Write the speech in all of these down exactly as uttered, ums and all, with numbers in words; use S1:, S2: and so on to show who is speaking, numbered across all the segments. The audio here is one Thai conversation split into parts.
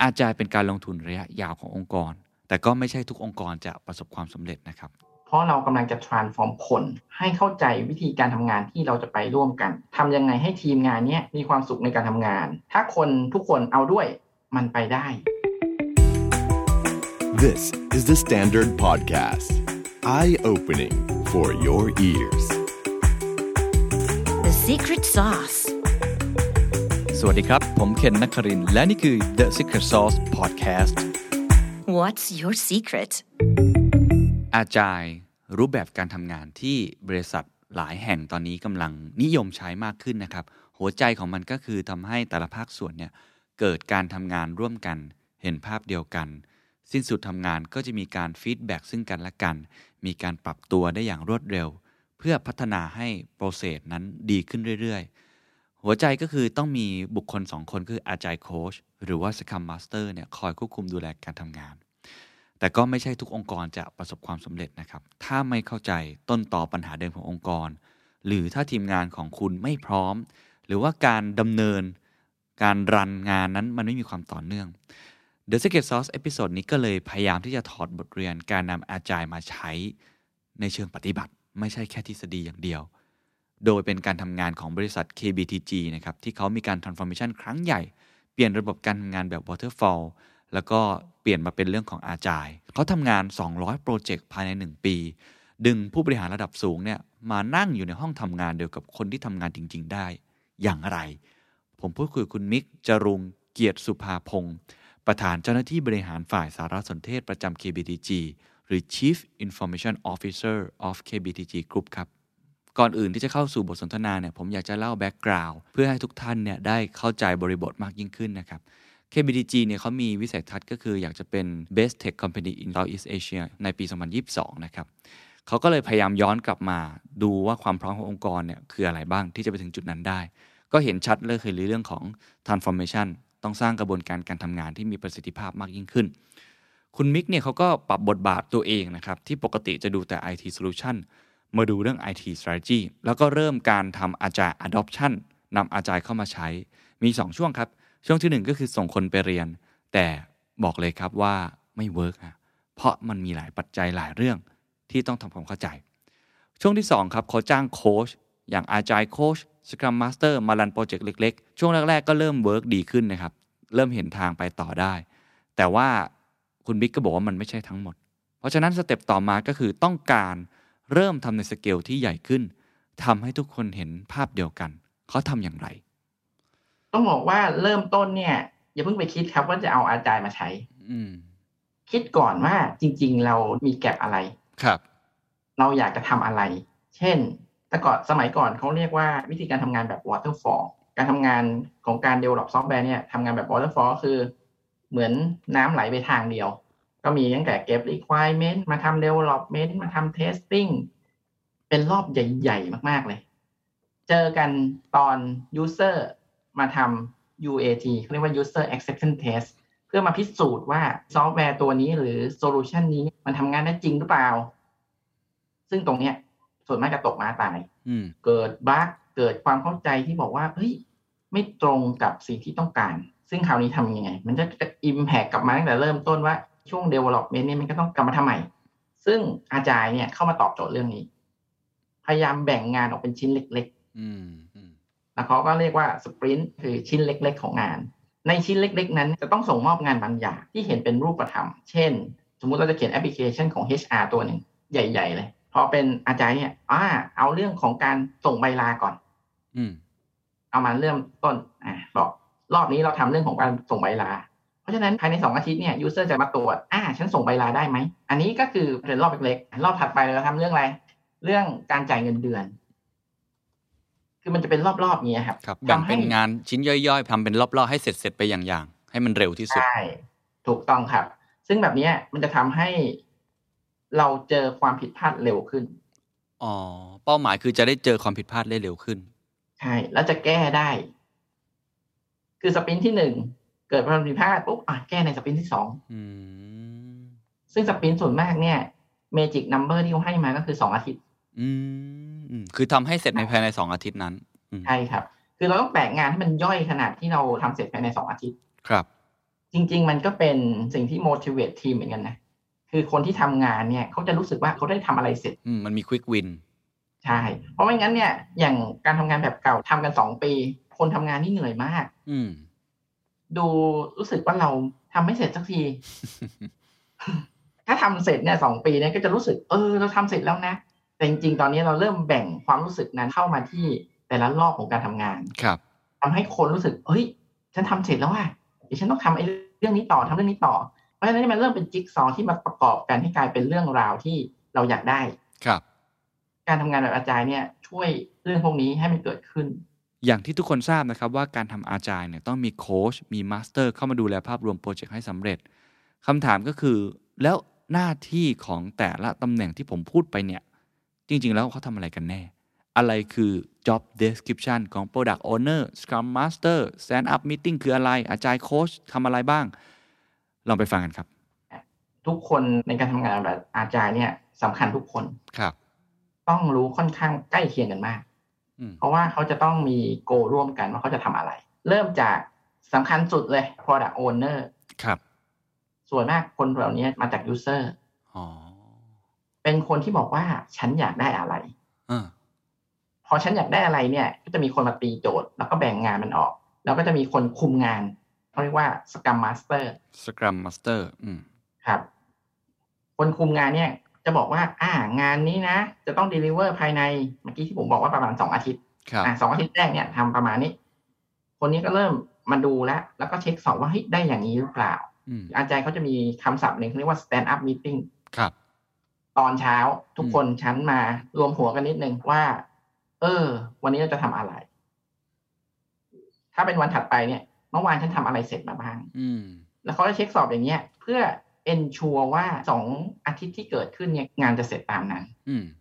S1: อาจจะเป็นการลงทุนระยะยาวขององค์กรแต่ก็ไม่ใช่ทุกองค์กรจะประสบความสำเร็จนะครับ
S2: เพราะเรากำลังจะ transform คนให้เข้าใจวิธีการทำงานที่เราจะไปร่วมกันทำยังไงให้ทีมงานนี้มีความสุขในการทำงานถ้าคนทุกคนเอาด้วยมันไปได้
S3: This is the Standard Podcast Eye-opening for your ears
S4: The Secret Sauce
S1: สวัสดีครับผมเคนนครินทร์และนี่คือ The Secret Sauce Podcast
S4: What's your secret
S1: Agile รูปแบบการทำงานที่บริษัทหลายแห่งตอนนี้กำลังนิยมใช้มากขึ้นนะครับหัวใจของมันก็คือทำให้แต่ละภาคส่วนเนี่ยเกิดการทำงานร่วมกันเห็นภาพเดียวกันสิ้นสุดทำงานก็จะมีการฟีดแบ็กซึ่งกันและกันมีการปรับตัวได้อย่างรวดเร็วเพื่อพัฒนาให้โปรเซสนั้นดีขึ้นเรื่อยๆหัวใจก็คือต้องมีบุคคลสองคนคือ Agile Coach หรือว่า Scrum Master เนี่ยคอยควบคุมดูแลการทำงานแต่ก็ไม่ใช่ทุกองค์กรจะประสบความสำเร็จนะครับถ้าไม่เข้าใจต้นตอปัญหาเดิมขององค์กรหรือถ้าทีมงานของคุณไม่พร้อมหรือว่าการดำเนินการรันงานนั้นมันไม่มีความต่อเนื่อง The Secret Sauce เอพิโซดนี้ก็เลยพยายามที่จะถอดบทเรียนการนำ Agile มาใช้ในเชิงปฏิบัติไม่ใช่แค่ทฤษฎีอย่างเดียวโดยเป็นการทำงานของบริษัท เค บี ที จี นะครับที่เขามีการ transformation ครั้งใหญ่เปลี่ยนระบบการทำงานแบบ waterfall แล้วก็เปลี่ยนมาเป็นเรื่องของ Agile เขาทำงานสองร้อยโปรเจกต์ภายในหนึ่งปีดึงผู้บริหารระดับสูงเนี่ยมานั่งอยู่ในห้องทำงานเดียวกับคนที่ทำงานจริงๆได้อย่างไรผมพูดคุยกับคุณมิกจรุงเกียรติสุภาพงศ์ประธานเจ้าหน้าที่บริหารฝ่ายสารสนเทศประจำ เค บี ที จี หรือ Chief Information Officer of เค บี ที จี Group ครับก่อนอื่นที่จะเข้าสู่บทสนทนาเนี่ยผมอยากจะเล่าแบ็กกราวด์เพื่อให้ทุกท่านเนี่ยได้เข้าใจบริบทมากยิ่งขึ้นนะครับ เค บี ที จี เนี่ยเขามีวิสัยทัศน์ก็คืออยากจะเป็น Best Tech Company in Southeast Asia ในปีสองพันยี่สิบสองนะครับเขาก็เลยพยายามย้อนกลับมาดูว่าความพร้อมขององค์กรเนี่ยคืออะไรบ้างที่จะไปถึงจุดนั้นได้ก็เห็นชัดเลยคือเรื่องของ transformation ต้องสร้างกระบวนการการทำงานที่มีประสิทธิภาพมากยิ่งขึ้นคุณมิกเนี่ยเขาก็ปรับบทบาทตัวเองนะครับที่ปกติจะดูแต่ ไอ ที Solution มาดูเรื่อง ไอ ที Strategy แล้วก็เริ่มการทำ Agile Adoption นำ Agile เข้ามาใช้มีสองช่วงครับช่วงที่หนึ่งก็คือส่งคนไปเรียนแต่บอกเลยครับว่าไม่เวิร์กฮะเพราะมันมีหลายปัจจัยหลายเรื่องที่ต้องทำความเข้าใจช่วงที่สองครับเขาจ้างโค้ชอย่าง Agile Coach Scrum Master มารันโปรเจกต์เล็กๆช่วงแรกๆก็เริ่มเวิร์กดีขึ้นนะครับเริ่มเห็นทางไปต่อได้แต่ว่าคุณบิ๊กก็บอกว่ามันไม่ใช่ทั้งหมดเพราะฉะนั้นสเต็ปต่อมาก็คือต้องการเริ่มทำในสเกลที่ใหญ่ขึ้นทำให้ทุกคนเห็นภาพเดียวกันเขาทำอย่างไร
S2: ต้องบอกว่าเริ่มต้นเนี่ยอย่าเพิ่งไปคิดครับว่าจะเอาอาจารย์มาใช้คิดก่อนว่าจริงๆเรามีแก็ปอะไร
S1: ครับ
S2: เราอยากจะทำอะไรเช่นแต่ก่อนสมัยก่อนเขาเรียกว่าวิธีการทำงานแบบ waterfall การทำงานของการ develop software เนี่ยทำงานแบบ waterfall คือเหมือนน้ำไหลไปทางเดียวก็มีตั้งแต่เก็บ requirement มาทำ development มาทำ testing เป็นรอบใหญ่ๆมากๆเลยเจอกันตอน user มาทำ ยู เอ ที เขาเรียกว่า user acceptance test เพื่อมาพิสูจน์ว่าซอฟต์แวร์ตัวนี้หรือโซลูชันนี้มันทำงานได้จริงหรือเปล่าซึ่งตรงเนี้ยส่วนมากจะตกม้าตายเกิดบั๊กเกิดความเข้าใจที่บอกว่าเฮ้ยไม่ตรงกับสิ่งที่ต้องการซึ่งคราวนี้ทำยังไงมันจะ impact กลับมาตั้งแต่เริ่มต้นว่าช่วง development เนี่ยมันก็ต้องกลับมาทำใหม่ซึ่ง Agile เนี่ยเข้ามาตอบโจทย์เรื่องนี้พยายามแบ่งงานออกเป็นชิ้นเล็กๆแล้วเขาก็เรียกว่า sprint คือชิ้นเล็กๆของงานในชิ้นเล็กๆนั้นจะต้องส่งมอบงานบางอย่างที่เห็นเป็นรูปธรรมเช่นสมมุติเราจะเขียนแอปพลิเคชันของ เอช อาร์ ตัวหนึ่งใหญ่ๆเลยพอเป็นอาจารย์เนี่ยอ่าเอาเรื่องของการส่งใบลาก่อน
S1: อืม
S2: เอามาเริ่มต้นอ่าบอกรอบนี้เราทำเรื่องของการส่งใบลาเพราะฉะนั้นภายในสองอาทิตย์เนี่ยยูเซอร์จะมาตรวจอ่าฉันส่งใบลาได้ไหมอันนี้ก็คือเป็นรอบเล็กๆรอบถัดไปเราทำเรื่องอะไรเรื่องการจ่ายเงินเดือนคือมันจะเป็นรอบๆนี้ครับ
S1: ครับแบ่งเป็นงานชิ้นย่อยๆทำเป็นรอบๆให้เสร็จๆไปอย่างๆให้มันเร็วที่สุด
S2: ใช่ถูกต้องครับซึ่งแบบนี้มันจะทำให้เราเจอความผิดพลาดเร็วขึ้น
S1: อ๋อเป้าหมายคือจะได้เจอความผิดพลาดได้เร็วขึ้น
S2: ใช่แล้วจะแก้ได้คือสปรินท์ที่หนึ่งเกิดความผิดพลาดปุ๊บอ่ะแก้ในสปรินท์ที่สองซึ่งสปรินท์ส่วนมากเนี่ยเมจิกนัมเบอร์ที่เขาให้มาก็คือสองอาทิตย์
S1: อืมคือทำให้เสร็จในภายในสองอาทิตย์นั้น
S2: ใช่ครับคือเราต้องแบ่งงานให้มันย่อยขนาดที่เราทำเสร็จภายในสองอาทิตย์
S1: ครับ
S2: จริงๆมันก็เป็นสิ่งที่ motivate ทีมเหมือนกันนะคือคนที่ทำงานเนี่ยเขาจะรู้สึกว่าเขาได้ทำอะไรเสร็จ
S1: อืมมันมี quick win
S2: ใช่เพราะไม่งั้นเนี่ยอย่างการทำงานแบบเก่าทำกันสองปีคนทำงานนี่เหนื่อยมาก
S1: อืม
S2: ดูรู้สึกว่าเราทำไม่เสร็จสักที ถ้าทำเสร็จเนี่ยสองปีเนี่ยก็จะรู้สึกเออเราทำเสร็จแล้วนะแต่จริงๆตอนนี้เราเริ่มแบ่งความรู้สึกนั้นเข้ามาที่แต่ละรอบของการทำงาน
S1: ครับ
S2: ทำให้คนรู้สึกเฮ้ยฉันทำเสร็จแล้วอ่ะเดี๋ยวฉันต้องทำไอ้เรื่องนี้ต่อทำเรื่องนี้ต่อเพราะฉะนั้นมันเริ่มเป็นจิ๊กซอว์ที่มาประกอบกันให้กลายเป็นเรื่องราวที่เราอยากได้
S1: ครับ
S2: การทำงานแบบอาจารย์เนี่ยช่วยเรื่องพวกนี้ให้มันเกิดขึ้น
S1: อย่างที่ทุกคนทราบนะครับว่าการทำอาจารย์เนี่ยต้องมีโค้ชมีมาสเตอร์เข้ามาดูแลภาพรวมโปรเจกต์ให้สำเร็จคำถามก็คือแล้วหน้าที่ของแต่ละตำแหน่งที่ผมพูดไปเนี่ยจริงๆแล้วเขาทำอะไรกันแน่อะไรคือ job description ของ product owner scrum master stand up meeting คืออะไรอาจารย์โค้ชทำอะไรบ้างลองไปฟังกันครับ
S2: ทุกคนในการทำงานแบบอาจารย์เนี่ยสำคัญทุกคน
S1: ครับ
S2: ต้องรู้ค่อนข้างใกล้เคียงกันมากเพราะว่าเขาจะต้องมีโกร่วมกันว่าเขาจะทำอะไรเริ่มจากสำคัญสุดเลย product owner
S1: ครับ
S2: ส่วนมากคนเหล่านี้มาจาก user
S1: อ๋อ
S2: เป็นคนที่บอกว่าฉันอยากได้อะไร
S1: อ
S2: พอฉันอยากได้อะไรเนี่ยก็จะมีคนมาตีโจทย์แล้วก็แบ่งงานมันออกแล้วก็จะมีคนคุมงานเขาเรียกว่า Scrum Master
S1: Scrum Master อืม
S2: ครับคนคุมงานเนี่ยจะบอกว่าอ่างานนี้นะจะต้อง deliver ภายในเมื่อกี้ที่ผมบอกว่าประมาณสองอาทิตย์อ่าสองอาทิตย์แรกเนี่ยทำประมาณนี้คนนี้ก็เริ่มมาดูแล้วแล้วก็เช็คสอบว่าเฮ้ยได้อย่างนี้หรือเปล่าอาจารย์เขาจะมีคำศัพท์หนึ่งเขาเรียกว่า stand up meeting
S1: ครับ
S2: ตอนเช้าทุกคนชั้นมารวมหัวกันนิดนึงว่าเออวันนี้เราจะทำอะไรถ้าเป็นวันถัดไปเนี่ยเมื่อวานฉันทำอะไรเสร็จมาบ้างแล้วเขาจะเช็คสอบอย่างเงี้ยเพื่อ ensure ว่าสองอาทิตย์ที่เกิดขึ้นเนี่ยงานจะเสร็จตามนั้น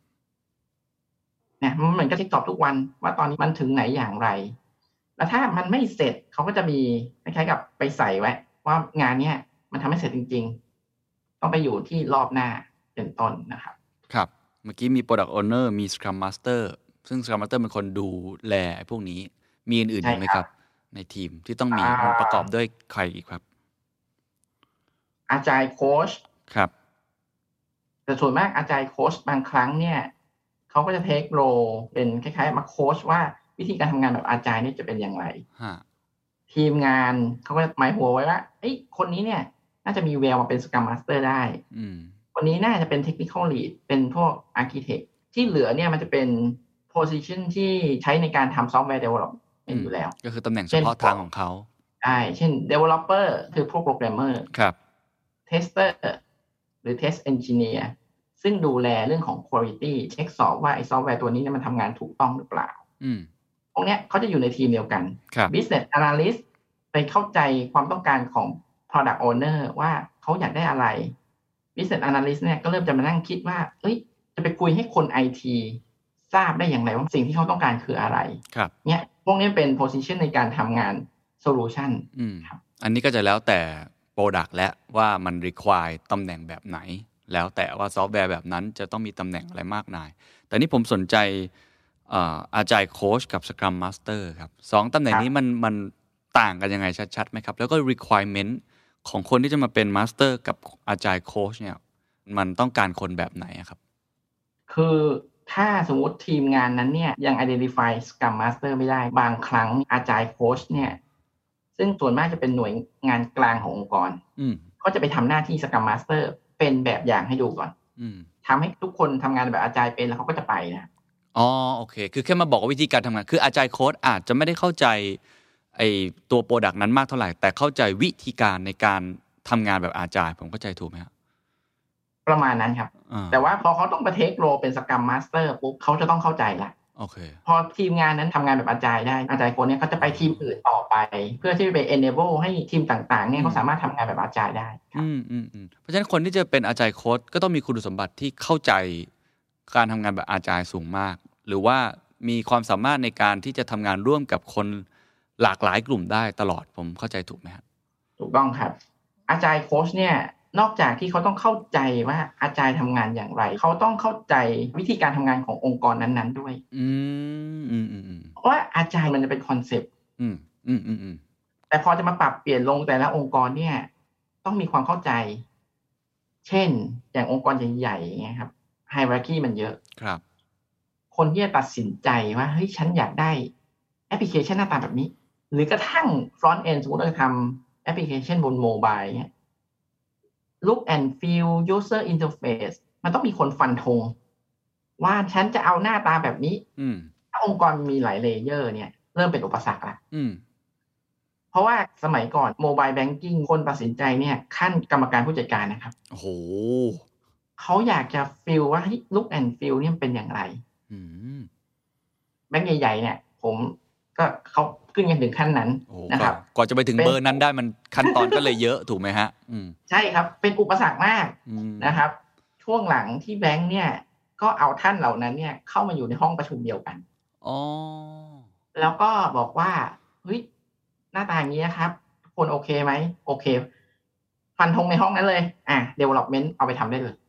S2: เนี่ยมันเหมือนกับเช็คสอบทุกวันว่าตอนนี้มันถึงไหนอย่างไรแล้วถ้ามันไม่เสร็จเขาก็จะมีคล้ายๆกับไปใส่ไว้ว่างานเนี้ยมันทำไม่เสร็จจริงๆต้องไปอยู่ที่รอบหน้าเป็นต้นนะครับ
S1: ครับเมื่อกี้มี Product Owner มี Scrum Master ซึ่ง Scrum Master เป็นคนดูแลพวกนี้มีอื่นๆอีกไหมครับในทีมที่ต้องมีประกอบด้วยใครอีกครับ
S2: อาจารย์โค้ช
S1: ครับ
S2: แต่ส่วนมากอาจารย์โค้ชบางครั้งเนี่ยเขาก็จะเทคโรเป็นคล้ายๆมาโค้ชว่าวิธีการทำงานแบบอาจารย์นี่จะเป็นอย่างไรทีมงานเขาก็หมายหัวไว้ว่าเอ้ยคนนี้เนี่ยน่าจะมีแววมาเป็น Scrum Master ได้คนนี้น่าจะเป็น Technical Lead เป็นพวก Architect ที่เหลือเนี่ยมันจะเป็น position ที่ใช้ในการทำ Software Development อยู่แล้ว
S1: ก็คือตำแหน่งเฉพาะทางของเขา
S2: ใช่เช่น Developer คือพวก Programmer
S1: ครับ
S2: Tester หรือ Test Engineer ซึ่งดูแลเรื่องของ Quality เช็คสอบว่าไอ้ซอฟต์แวร์ตัวนี้เนี่ยมันทำงานถูกต้องหรือเปล่าพวกเนี้ยเขาจะอยู่ในทีมเดียวกัน Business Analyst ไปเข้าใจความต้องการของ Product Owner ว่าเขาอยากได้อะไร Business Analyst เนี่ยก็เริ่มจะมานั่งคิดว่าเอ้ยจะไปคุยให้คน ไอ ที ทราบได้อย่างไรว่าสิ่งที่เขาต้องการคืออะไรเนี่ยพวกนี้เป็น position ในการทำงาน solution
S1: ครับอันนี้ก็จะแล้วแต่ product และว่ามัน require ตำแหน่งแบบไหนแล้วแต่ว่าซอฟต์แวร์แบบนั้นจะต้องมีตำแหน่งอะไรมากมายแต่นี่ผมสนใจอาจารย์โค้ชกับ Scrum Master ครับสองตำแหน่งนี้มันมันต่างกันยังไงชัดๆไหมครับแล้วก็ requirement ของคนที่จะมาเป็น Master กับอาจารย์โค้ชเนี่ยมันต้องการคนแบบไหนครับ
S2: คือถ้าสมมติทีมงานนั้นเนี่ยยัง identify Scrum Master ไม่ได้บางครั้งอาจารย์โค้ชเนี่ยซึ่งส่วนมากจะเป็นหน่วยงานกลางขององค์กรก็จะไปทำหน้าที่ Scrum Master เป็นแบบอย่างให้ดูก่อนทำให้ทุกคนทำงานแบบอาจารย์เป็นแล้วเขาก็จะไปนะ
S1: อ๋อโอเคคือแค่มาบอกว่าวิธีการทำงานคืออาจารย์โค้ชอาจจะไม่ได้เข้าใจไอ้ตัวโปรดักต์นั้นมากเท่าไหร่แต่เข้าใจวิธีการในการทำงานแบบอาจารย์ผมเข้าใจถูกไหมครับ
S2: ประมาณนั้นครับแต่ว่าพอเขาต้องไปเทคโรเป็น Scrum Master ปุ๊บเขาจะต้องเข้าใจละ
S1: โอเค
S2: พอทีมงานนั้นทำงานแบบอาจารย์ได้อาจารย์คนนี้เขาจะไปทีมอื่นต่อไปเพื่อที่จะไป enable ให้ทีมต่างๆเนี่ยเขาสามารถทำงานแบบอาจารย์ได้
S1: อืมอืมอืมเพราะฉะนั้นคนที่จะเป็นอาจารย์โค้ชก็ต้องมีคุณสมบัติที่เข้าใจการทำงานแบบอาจารย์สูงมากหรือว่ามีความสามารถในการที่จะทำงานร่วมกับคนหลากหลายกลุ่มได้ตลอดผมเข้าใจถูกไหมครับ
S2: ถูกต้องครับอาจารย์โค้ชเนี่ยนอกจากที่เขาต้องเข้าใจว่าอาจารย์ทำงานอย่างไรเขาต้องเข้าใจวิธีการทำงานขององค์กรนั้นๆด้วย
S1: อืมอืมอืม
S2: เพราะว่าอาจารย์มันจะเป็นคอนเซปต์
S1: อืมอืมอืมอืม
S2: แต่พอจะมาปรับเปลี่ยนลงแต่ละองค์กรเนี่ยต้องมีความเข้าใจเช่นอย่างองค์กรใหญ่ๆอย่างเงี้ยครับไฮรักีมันเยอะ
S1: ครับ
S2: คนที่จะตัดสินใจว่าเฮ้ยฉันอยากได้แอปพลิเคชันหน้าตาแบบนี้หรือกระทั่ง front end สมมติเราจะทำแอปพลิเคชันบนโมบายเนี่ย look and feel user interface มันต้องมีคนฟันธงว่าฉันจะเอาหน้าตาแบบนี้ถ้าองค์กรมีหลายเลเยอร์เนี่ยเริ่มเป็นอุปสรรคละเพราะว่าสมัยก่อนโมบายแบงกิ้งคนตัดสินใจเนี่ยขั้นกรรมการผู้จัดการนะครับโอ้โหเขาอยากจะฟีลว่าลุคแอนด์ฟีลเนี่ยเป็นอย่างไรแบงก์ใหญ่ๆเนี่ยผมก็เขาขึ้นกันถึงขั้นนั้นนะครับ
S1: กว่าจะไปถึงเบอร์นั้นได้มันขั้นตอนก็เลยเยอะถูกไหมฮะ
S2: ใช่ครับเป็นอุปสรรคมากนะครับช่วงหลังที่แบงก์เนี่ยก็เอาท่านเหล่านั้นเนี่ยเข้ามาอยู่ในห้องประชุมเดียวกันอ๋อแล้วก็บอกว่าเฮ้ยหน้าตาอย่างนี้นะครับทุกคนโอเคไหมโอเคฟันธงในห้องนั้นเลยอ่ะ development เอาไปทำได้เลย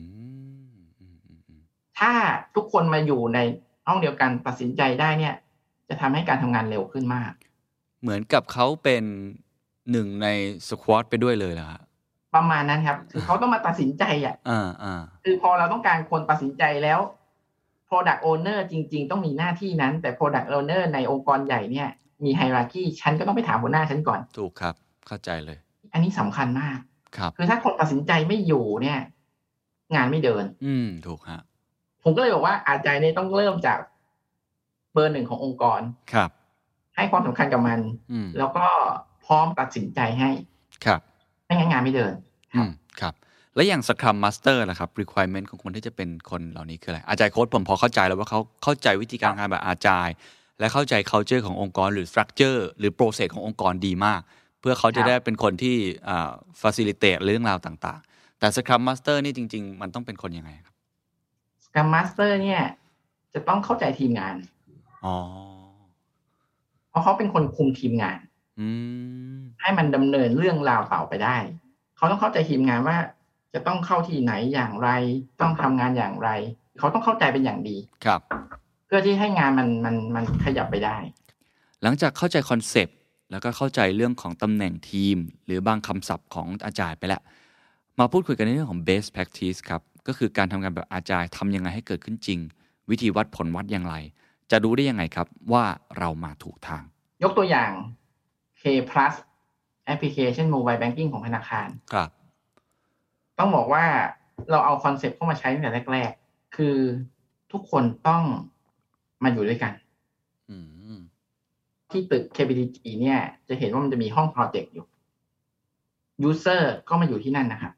S2: ถ้าทุกคนมาอยู่ในห้องเดียวกันตัดสินใจได้เนี่ยจะทำให้การทำงานเร็วขึ้นมาก
S1: เหมือนกับเขาเป็นหนึ่งในสควอตไปด้วยเลยเหรอครับ
S2: ประมาณนั้นครับคือเขาต้องมาตัดสินใจอ่ะอ่าอ่าคือพอเราต้องการคนตัดสินใจแล้ว product owner จริงๆต้องมีหน้าที่นั้นแต่ product owner ในองค์กรใหญ่เนี่ยมีไฮรักีฉันก็ต้องไปถามหัวหน้าฉันก่อน
S1: ถูกครับเข้าใจเลย
S2: อันนี้สำคัญมากครับคือถ้าคนตัดสินใจไม่อยู่เนี่ยงานไม่เดิน
S1: อืมถูกฮะ
S2: ผมก็เลยบอกว่าอาจารย์เนี่ยต้องเริ่มจากเบอร์หนึ่งขององค์กร
S1: ครับ
S2: ให้ความสำคัญกับมันแล้วก็พร้อมตัดสินใจให้
S1: ครับ
S2: ไม่งั้นงานไม่เดิน
S1: ครับครับแล้วอย่าง Scrum Master ล่ะครับ requirement ของคนที่จะเป็นคนเหล่านี้คืออะไรอาจารย์โค้ชผมพอเข้าใจแล้วว่าเขาเข้าใจวิธีการงานแบบอาจารย์และเข้าใจ culture ขององค์กรหรือ structure หรือ process ขององค์กรดีมากเพื่อเขาจะได้เป็นคนที่อ่า facilitate เรื่องราวต่างๆแต่ Scrum Master นี่จริงๆมันต้องเป็นคนยังไงครับ
S2: Scrum Master เนี่ยจะต้องเข้าใจทีมงานอ๋อเพราะเขาเป็นคนคุมทีมงานอืมให้มันดำเนินเรื่องราวต่อไปได้เขาต้องเข้าใจทีมงานว่าจะต้องเข้าที่ไหนอย่างไรต้องทำงานอย่างไรเขาต้องเข้าใจเป็นอย่างดี
S1: ครับ
S2: เพื่อที่ให้งานมันมันมันขยับไปได้
S1: หลังจากเข้าใจคอนเซปต์แล้วก็เข้าใจเรื่องของตำแหน่งทีมหรือบางคำศัพท์ของอาจารย์ไปแล้วมาพูดคุยกันในเรื่องของ best practice ครับก็คือการทำงานแบบอาจารย์ทำยังไงให้เกิดขึ้นจริงวิธีวัดผลวัดอย่างไรจะรู้ได้ยังไงครับว่าเรามาถูกทาง
S2: ยกตัวอย่าง K Plus แอปพลิเคชัน Mobile Banking ของธนาคาร
S1: ครับ
S2: ต้องบอกว่าเราเอาคอนเซ็ปต์เข้ามาใช้ตั้งแต่แรกๆคือทุกคนต้องมาอยู่ด้วยกันที่ตึก เค พี ที จี เนี่ยจะเห็นว่ามันจะมีห้องโปรเจกต์อยู่ User ก็มาอยู่ที่นั่นนะครับ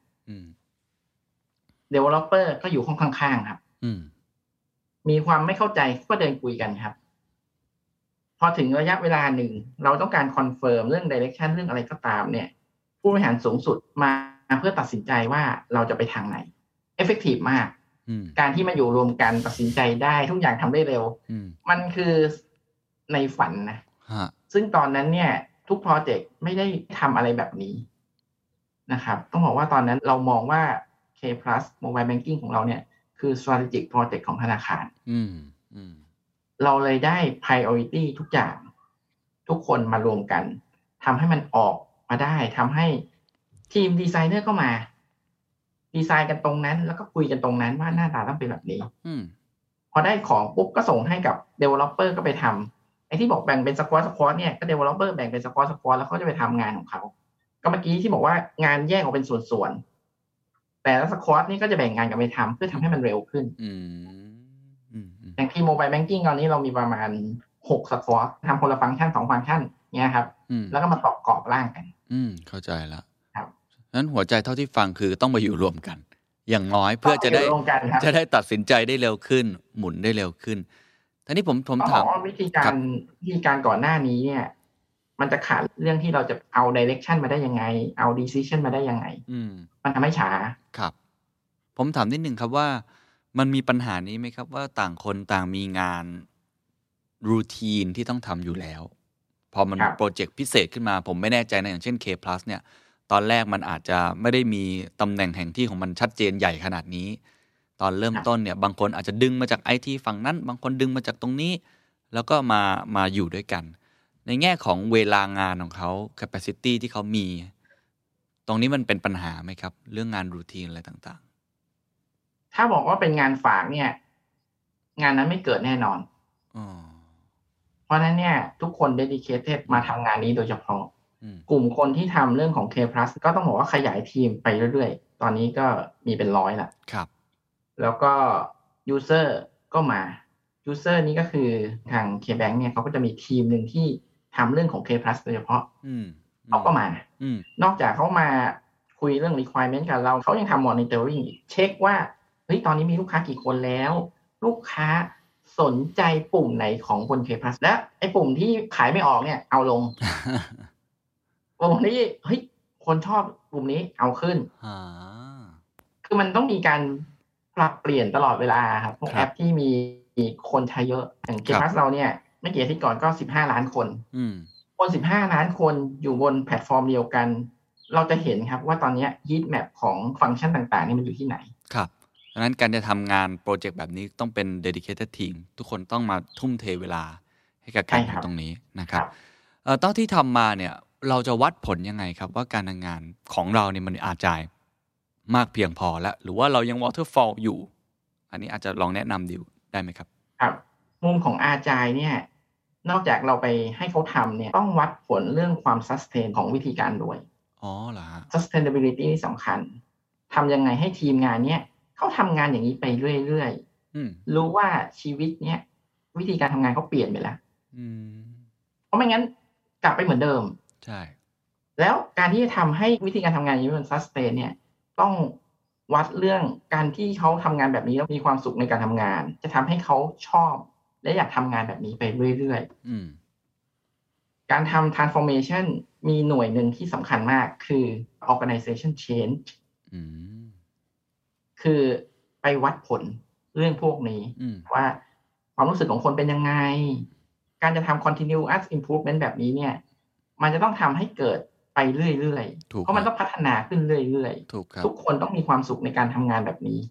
S2: Developer ก็อยู่ห้องข้างๆครับมีความไม่เข้าใจก็เดินคุยกันครับพอถึงระยะเวลาหนึ่งเราต้องการคอนเฟิร์มเรื่อง direction เรื่องอะไรก็ตามเนี่ยผู้บริหารสูงสุดมาเพื่อตัดสินใจว่าเราจะไปทางไหน effective มากการที่มาอยู่รวมกันตัดสินใจได้ทุกอย่างทำได้เร็วมันคือในฝันนะซึ่งตอนนั้นเนี่ยทุกโปรเจกต์ไม่ได้ทำอะไรแบบนี้นะครับต้องบอกว่าตอนนั้นเรามองว่า K Plus Mobile Banking ของเราเนี่ยคือ strategic project ของธนาคารเราเลยได้ priority ทุกอย่างทุกคนมารวมกันทำให้มันออกมาได้ทำให้ทีมดีไซเนอร์ก็มาดีไซน์กันตรงนั้นแล้วก็คุยกันตรงนั้นว่าหน้าตาต้องเป็นแบบนี้พอได้ของปุ๊บก็ส่งให้กับ developer ก็ไปทำไอ้ที่บอกแบ่งเป็นสควอตสควอตเนี่ยก็ developer แบ่งเป็นสควอตสควอตแล้วเขาจะไปทำงานของเขาก็เมื่อกี้ที่บอกว่างานแยกออกเป็นส่วนๆแต่ละสควอตนี่ก็จะแบ่งงานกันไปทำเพื่อทำให้มันเร็วขึ้นอย่างที่ Mobile Banking ตอนนี้เรามีประมาณหกสควอตทำคนละฟังก์ชันสองฟังก์ชันเนี่ยครับแล้วก็มาประกอบร่างกัน
S1: อืมเข้าใจแล้วครับนั้นหัวใจเท่าที่ฟังคือต้องมาอยู่รวมกันอย่างน้อยเพื่อจะได้จะได้ตัดสินใจได้เร็วขึ้นหมุนได้เร็วขึ้นทีนี้ผมผมถาม
S2: ว่าวิธีการวิธีการก่อนหน้านี้เนี่ยมันจะขาดเรื่องที่เราจะเอา direction มาได้ยังไงเอา decision มาได้ยังไงมันทำให้ช้า
S1: ครับผมถามนิดนึงครับว่ามันมีปัญหานี้ไหมครับว่าต่างคนต่างมีงานรูทีนที่ต้องทำอยู่แล้วพอมันโปรเจกต์พิเศษขึ้นมาผมไม่แน่ใจนะอย่างเช่น K Plus เนี่ยตอนแรกมันอาจจะไม่ได้มีตำแหน่งแห่งที่ของมันชัดเจนใหญ่ขนาดนี้ตอนเริ่มต้นเนี่ยบางคนอาจจะดึงมาจาก ไอ ที ฝั่งนั้นบางคนดึงมาจากตรงนี้แล้วก็มามาอยู่ด้วยกันในแง่ของเวลางานของเขา capacity ที่เขามีตรงนี้มันเป็นปัญหาไหมครับเรื่องงานรูทีนอะไรต่าง
S2: ๆถ้าบอกว่าเป็นงานฝากเนี่ยงานนั้นไม่เกิดแน่นอนอ๋อเพราะนั้นเนี่ยทุกคน dedicated มาทำงานนี้โดยเฉพาะกลุ่มคนที่ทำเรื่องของ K plus ก็ต้องบอกว่าขยายทีมไปเรื่อยๆตอนนี้ก็มีเป็นร้อยละ
S1: ครับ
S2: แล้วก็ user ก็มา user นี้ก็คือทาง K-Bank เนี่ยเขาก็จะมีทีมหนึ่งที่ทำเรื่องของ K plus โดยเฉพาะเขาก็มานอกจากเขามาคุยเรื่อง requirement กับเราเขายังทำ monitoring เช็คว่าเฮ้ยตอนนี้มีลูกค้ากี่คนแล้วลูกค้าสนใจปุ่มไหนของบน K plus และไอ้ปุ่มที่ขายไม่ออกเนี่ยเอาลง ปุ่มนี้เฮ้ยคนชอบปุ่มนี้เอาขึ้นคือมันต้องมีการปรับเปลี่ยนตลอดเวลาครับพวกแอปที่มีคนใช้เยอะอย่าง K plus เราเนี่ยไม่กี่อาทิตย์ก่อนก็สิบห้าล้านคนคนสิบห้าล้านคนอยู่บนแพลตฟอร์มเดียวกันเราจะเห็นครับว่าตอนนี้ heat map ของฟังก์ชันต่างๆนี่มันอยู่ที่ไหน
S1: ครับดังนั้นการจะทำงานโปรเจกต์แบบนี้ต้องเป็น dedicated team ทุกคนต้องมาทุ่มเทเวลาให้กับการทำตรงนี้นะครับเอ่อตอนที่ทำมาเนี่ยเราจะวัดผลยังไงครับว่าการทำงานของเราเนี่ยมันอาจจะมากเพียงพอแล้วหรือว่าเรายัง waterfall อยู่อันนี้อาจจะลองแนะนำดิวได้ไหมครับ
S2: ครับมุมของอาจายเนี่ยนอกจากเราไปให้เขาทำเนี่ยต้องวัดผลเรื่องความ sustain ของวิธีการด้วย
S1: อ๋อเหรอฮะ
S2: sustainability นี่สำคัญทำยังไงให้ทีมงานเนี้ยเขาทำงานอย่างนี้ไปเรื่อยๆรู้ว่าชีวิตเนี้ยวิธีการทำงานเขาเปลี่ยนไปแล้วเพราะไม่งั้นกลับไปเหมือนเดิม
S1: ใช่
S2: แล้วการที่จะทำให้วิธีการทำงานนี้มัน sustain เนี่ยต้องวัดเรื่องการที่เขาทำงานแบบนี้แล้วมีความสุขในการทำงานจะทำให้เขาชอบและอยากทำงานแบบนี้ไปเรื่อยๆการทำ transformation มีหน่วยหนึ่งที่สำคัญมากคือ organization change คือไปวัดผลเรื่องพวกนี้ว่าความรู้สึกของคนเป็นยังไงการจะทำ continuous improvement แบบนี้เนี่ยมันจะต้องทำให้เกิดไปเรื่อยๆเพราะมันต้องพัฒนาขึ้นเรื่อยๆทุกคนต้องมีความสุขในการทำงานแบบนี้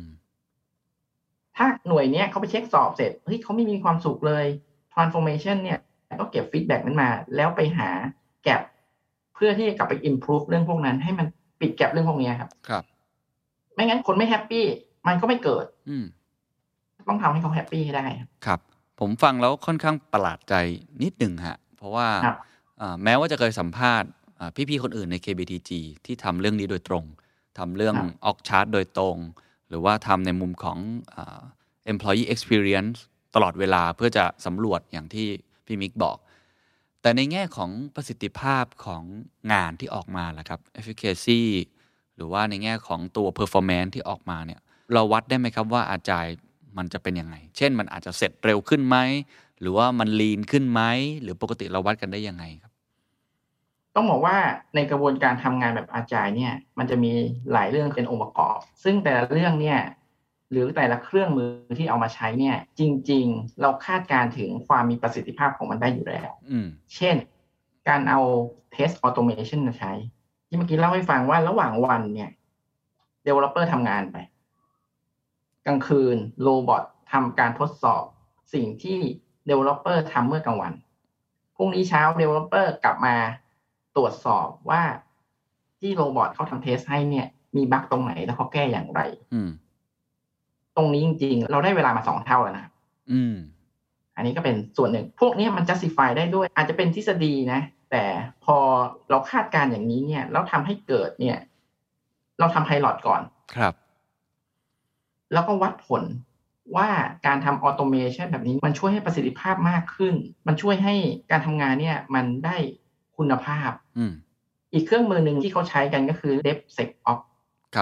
S2: ถ้าหน่วยเนี้ยเขาไปเช็คสอบเสร็จเฮ้ยเขาไม่มีความสุขเลย transformation เนี่ยก็เก็บ feedback นั้นมาแล้วไปหาแก็บเพื่อที่จะกลับไป improve เรื่องพวกนั้นให้มันปิดแก็บเรื่องพวกนี้ครับ
S1: ครับ
S2: ไม่งั้นคนไม่แฮปปี้มันก็ไม่เกิดต้องทำให้เขาแฮปปี้ให้ได้
S1: ครับผมฟังแล้วค่อนข้างประหลาดใจนิดหนึ่งฮะเพราะว่าแม้ว่าจะเคยสัมภาษณ์พี่ๆคนอื่นใน เค บี ที จี ที่ทำเรื่องนี้โดยตรงทำเรื่อง org chart โดยตรงหรือว่าทำในมุมของอ่า employee experience ตลอดเวลาเพื่อจะสำรวจอย่างที่พี่มิกบอกแต่ในแง่ของประสิทธิภาพของงานที่ออกมาล่ะครับ efficacy หรือว่าในแง่ของตัว performance ที่ออกมาเนี่ยเราวัดได้ไหมครับว่าอาจารย์มันจะเป็นยังไงเช่นมันอาจจะเสร็จเร็วขึ้นไหมหรือว่ามัน lean ขึ้นไหมหรือปกติเราวัดกันได้ยังไงครับ
S2: ต้องบอกว่าในกระบวนการทำงานแบบอาจารย์เนี่ยมันจะมีหลายเรื่องเป็นองค์ประกอบซึ่งแต่ละเรื่องเนี่ยหรือแต่ละเครื่องมือที่เอามาใช้เนี่ยจริงๆเราคาดการถึงความมีประสิทธิภาพของมันได้อยู่แล้วเช่นการเอา test automation มาใช้ที่เมื่อกี้เล่าให้ฟังว่าระหว่างวันเนี่ย developer ทำงานไปกลางคืนโรบอททำการทดสอบสิ่งที่ developer ทำเมื่อกลางวันพรุ่งนี้เช้า developer กลับมาตรวจสอบว่าที่โรบอทเขาทำเทสให้เนี่ยมีบั๊กตรงไหนแล้วเขาแก้อย่างไรตรงนี้จริงๆเราได้เวลามาสองเท่าแล้วนะอืมอันนี้ก็เป็นส่วนหนึ่งพวกนี้มัน justify ได้ด้วยอาจจะเป็นทฤษฎีนะแต่พอเราคาดการอย่างนี้เนี่ยแล้วทำให้เกิดเนี่ยเราทำไพลอตก่อน
S1: ครับ
S2: แล้วก็วัดผลว่าการทำออโตเมชันแบบนี้มันช่วยให้ประสิทธิภาพมากขึ้นมันช่วยให้การทำงานเนี่ยมันได้คุณภาพอีกเครื่องมือหนึ่งที่เขาใช้กันก็คือ DevSecOps
S1: ครับ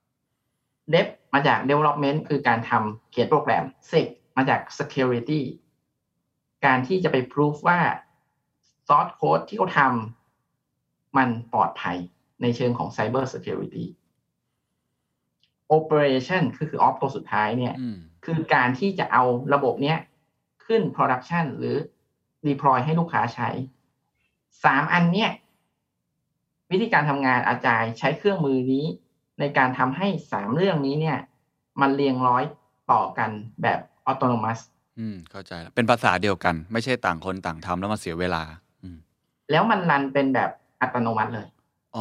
S2: Dev มาจาก Development คือการทำเขียนโปรแกรม Sec มาจาก Security การที่จะไป prove ว่า source code ที่เขาทำมันปลอดภัยในเชิงของ Cyber Security Operation คือคือ Op ตัวสุดท้ายเนี่ยคือการที่จะเอาระบบเนี้ยขึ้น Production หรือ Deploy ให้ลูกค้าใช้สามอันเนี้ยวิธีการทำงานอาจารย์ใช้เครื่องมือนี้ในการทำให้สามเรื่องนี้เนี่ยมันเรียงร้อยต่อกันแบบ autonomous
S1: อืมเข้าใจแล้วเป็นภาษาเดียวกันไม่ใช่ต่างคนต่างทำแล้วมาเสียเวลาอืม
S2: แล้วมันรันเป็นแบบอัตโนมัติเลย
S1: อ๋อ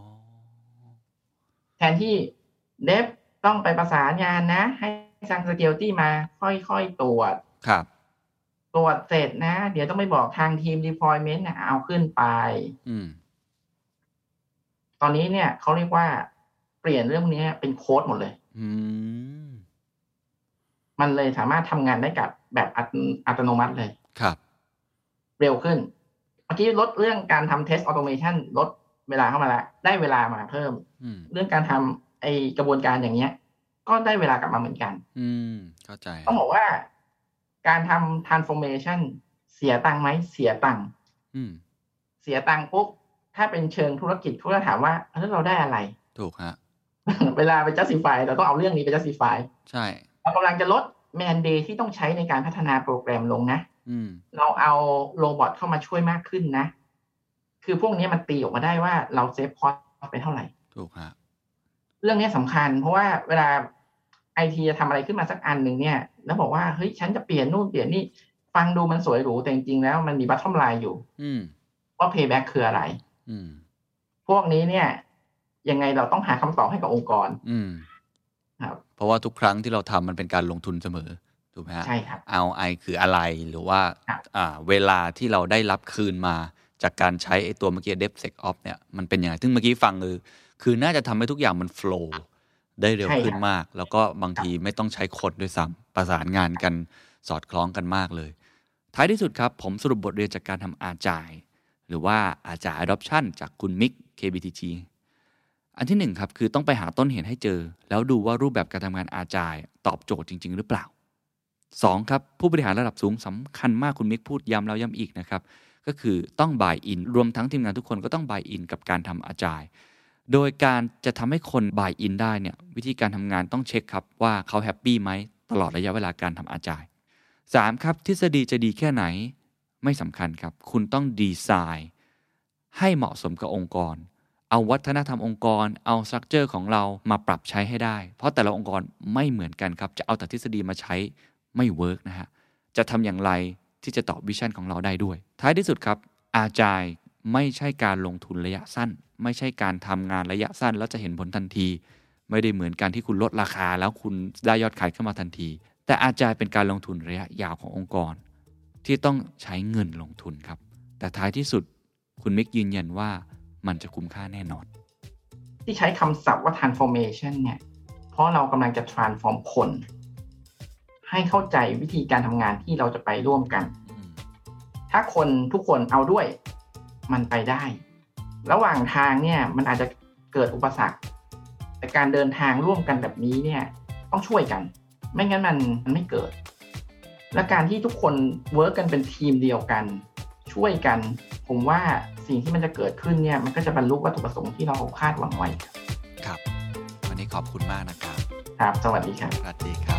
S2: แทนที่เดฟต้องไปประสานงานนะให้ทาง security มาค่อยๆตรวจ
S1: ครับ
S2: ตรวจเสร็จนะเดี๋ยวต้องไปบอกทางทีม deployment นะเอาขึ้นไป
S1: อืม
S2: ตอนนี้เนี่ยเขาเรียกว่าเปลี่ยนเรื่องนี้เป็นโค้ดหมดเลย
S1: อืม
S2: มันเลยสามารถทำงานได้กับแบบอัตโนมัติเลย
S1: ครับ
S2: เร็วขึ้นเมื่อกี้ลดเรื่องการทำ test automation ลดเวลาเข้ามาแล้วได้เวลามาเพิ่มเรื่องการทำไอกระบวนการอย่างเงี้ยก็ได้เวลากลับมาเหมือนกัน
S1: อืมเข้าใจ
S2: ต้องบอกว่าการทำ transformation เสียตังค์ไหมเสียตังค์เสียตังค์ปุ๊บถ้าเป็นเชิงธุรกิจเขาจะถามว่าแล้วเราได้อะไร
S1: ถูกฮะ
S2: เวลาไป justify เราต้องเอาเรื่องนี้ไป justify
S1: ใช่
S2: เรากำลังจะลด mandate ที่ต้องใช้ในการพัฒนาโปรแกรมลงนะเราเอาโรบอทเข้ามาช่วยมากขึ้นนะคือพวกนี้มันตีออกมาได้ว่าเราเซฟคอสไปเท่าไหร่
S1: ถูกฮะ
S2: เรื่องนี้สำคัญเพราะว่าเวลาไอทีจะทำอะไรขึ้นมาสักอันหนึ่งเนี่ยแล้วบอกว่าเฮ้ยฉันจะเปลี่ยนนู่นเปลี่ยนนี่ฟังดูมันสวยหรูแต่จริงๆแล้วมันมีบัตทอมไลน์อยู่ว่า payback คืออะไรพวกนี้เนี่ยยังไงเราต้องหาคำตอบให้กับองค์กร
S1: ครับเพราะว่าทุกครั้งที่เราทำมันเป็นการลงทุนเสมอถูกไหมฮะ
S2: ใช่ครับ
S1: เอา I คืออะไรหรือว่าอ่าเวลาที่เราได้รับคืนมาจากการใช้ไอ้ตัวเมื่อกี้ DevSecOps เนี่ยมันเป็นยังไงซึ่งเมื่อกี้ฟังคือคือน่าจะทำให้ทุกอย่างมันโฟล์ได้เร็วขึ้นมากแล้วก็บางทีไม่ต้องใช้คนด้วยซ้ำประสานงานกันสอดคล้องกันมากเลยท้ายที่สุดครับผมสรุปบทเรียนจากการทำ Agile หรือว่า Agile Adoption จากคุณมิก เค บี ที จี อันที่หนึ่งครับคือต้องไปหาต้นเหตุให้เจอแล้วดูว่ารูปแบบการทำงาน Agile ตอบโจทย์จริงๆหรือเปล่าสองครับผู้บริหารระดับสูงสำคัญมากคุณมิกพูดย้ำแล้วย้ำอีกนะครับก็คือต้อง buy in รวมทั้งทีมงานทุกคนก็ต้อง buy in กับการทำ Agile โดยการจะทำให้คน buy in ได้เนี่ยวิธีการทำงานต้องเช็คครับว่าเขาแฮปปี้ไหมตลอดระยะเวลาการทำ Agile สามครับทฤษฎีจะดีแค่ไหนไม่สำคัญครับคุณต้องดีไซน์ให้เหมาะสมกับองค์กรเอาวัฒนธรรมองค์กรเอาสตรัคเจอร์ของเรามาปรับใช้ให้ได้เพราะแต่ละองค์กรไม่เหมือนกันครับจะเอาแต่ทฤษฎีมาใช้ไม่เวิร์กนะฮะจะทำอย่างไรที่จะตอบวิชั่นของเราได้ด้วยท้ายที่สุดครับ Agile ไม่ใช่การลงทุนระยะสั้นไม่ใช่การทำงานระยะสั้นแล้วจะเห็นผลทันทีไม่ได้เหมือนการที่คุณลดราคาแล้วคุณได้ยอดขายขึ้นมาทันทีแต่ Agile เป็นการลงทุนระยะยาวขององค์กรที่ต้องใช้เงินลงทุนครับแต่ท้ายที่สุดคุณมิกยืนยันว่ามันจะคุ้มค่าแน่นอน
S2: ที่ใช้คำศัพท์ว่า transformation เนี่ยเพราะเรากำลังจะ transform คนให้เข้าใจวิธีการทำงานที่เราจะไปร่วมกันถ้าคนทุกคนเอาด้วยมันไปได้ระหว่างทางเนี่ยมันอาจจะเกิดอุปสรรคแต่การเดินทางร่วมกันแบบนี้เนี่ยต้องช่วยกันไม่งั้นมันมันไม่เกิดและการที่ทุกคนเวิร์กกันเป็นทีมเดียวกันช่วยกันผมว่าสิ่งที่มันจะเกิดขึ้นเนี่ยมันก็จะบรรลุวัตถุประสงค์ที่เราคาดหวังไว้
S1: ครับวันนี้ขอบคุณมากนะครับ
S2: ครับสวัสดีครับ
S1: สวัสดีครับ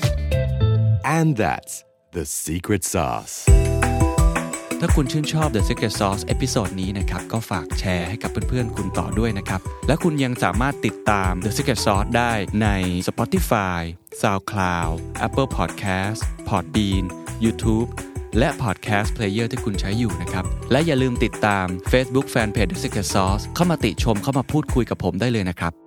S3: And that's the secret sauce
S1: ถ้าคุณชื่นชอบ The Secret Sauce เอพิโซดนี้นะครับก็ฝากแชร์ให้กับเพื่อนๆคุณต่อด้วยนะครับและคุณยังสามารถติดตาม The Secret Sauce ได้ใน Spotify, SoundCloud, Apple Podcast, Podbean, YouTube และ Podcast Player ที่คุณใช้อยู่นะครับและอย่าลืมติดตาม Facebook Fanpage The Secret Sauce เข้ามาติชมเข้ามาพูดคุยกับผมได้เลยนะครับ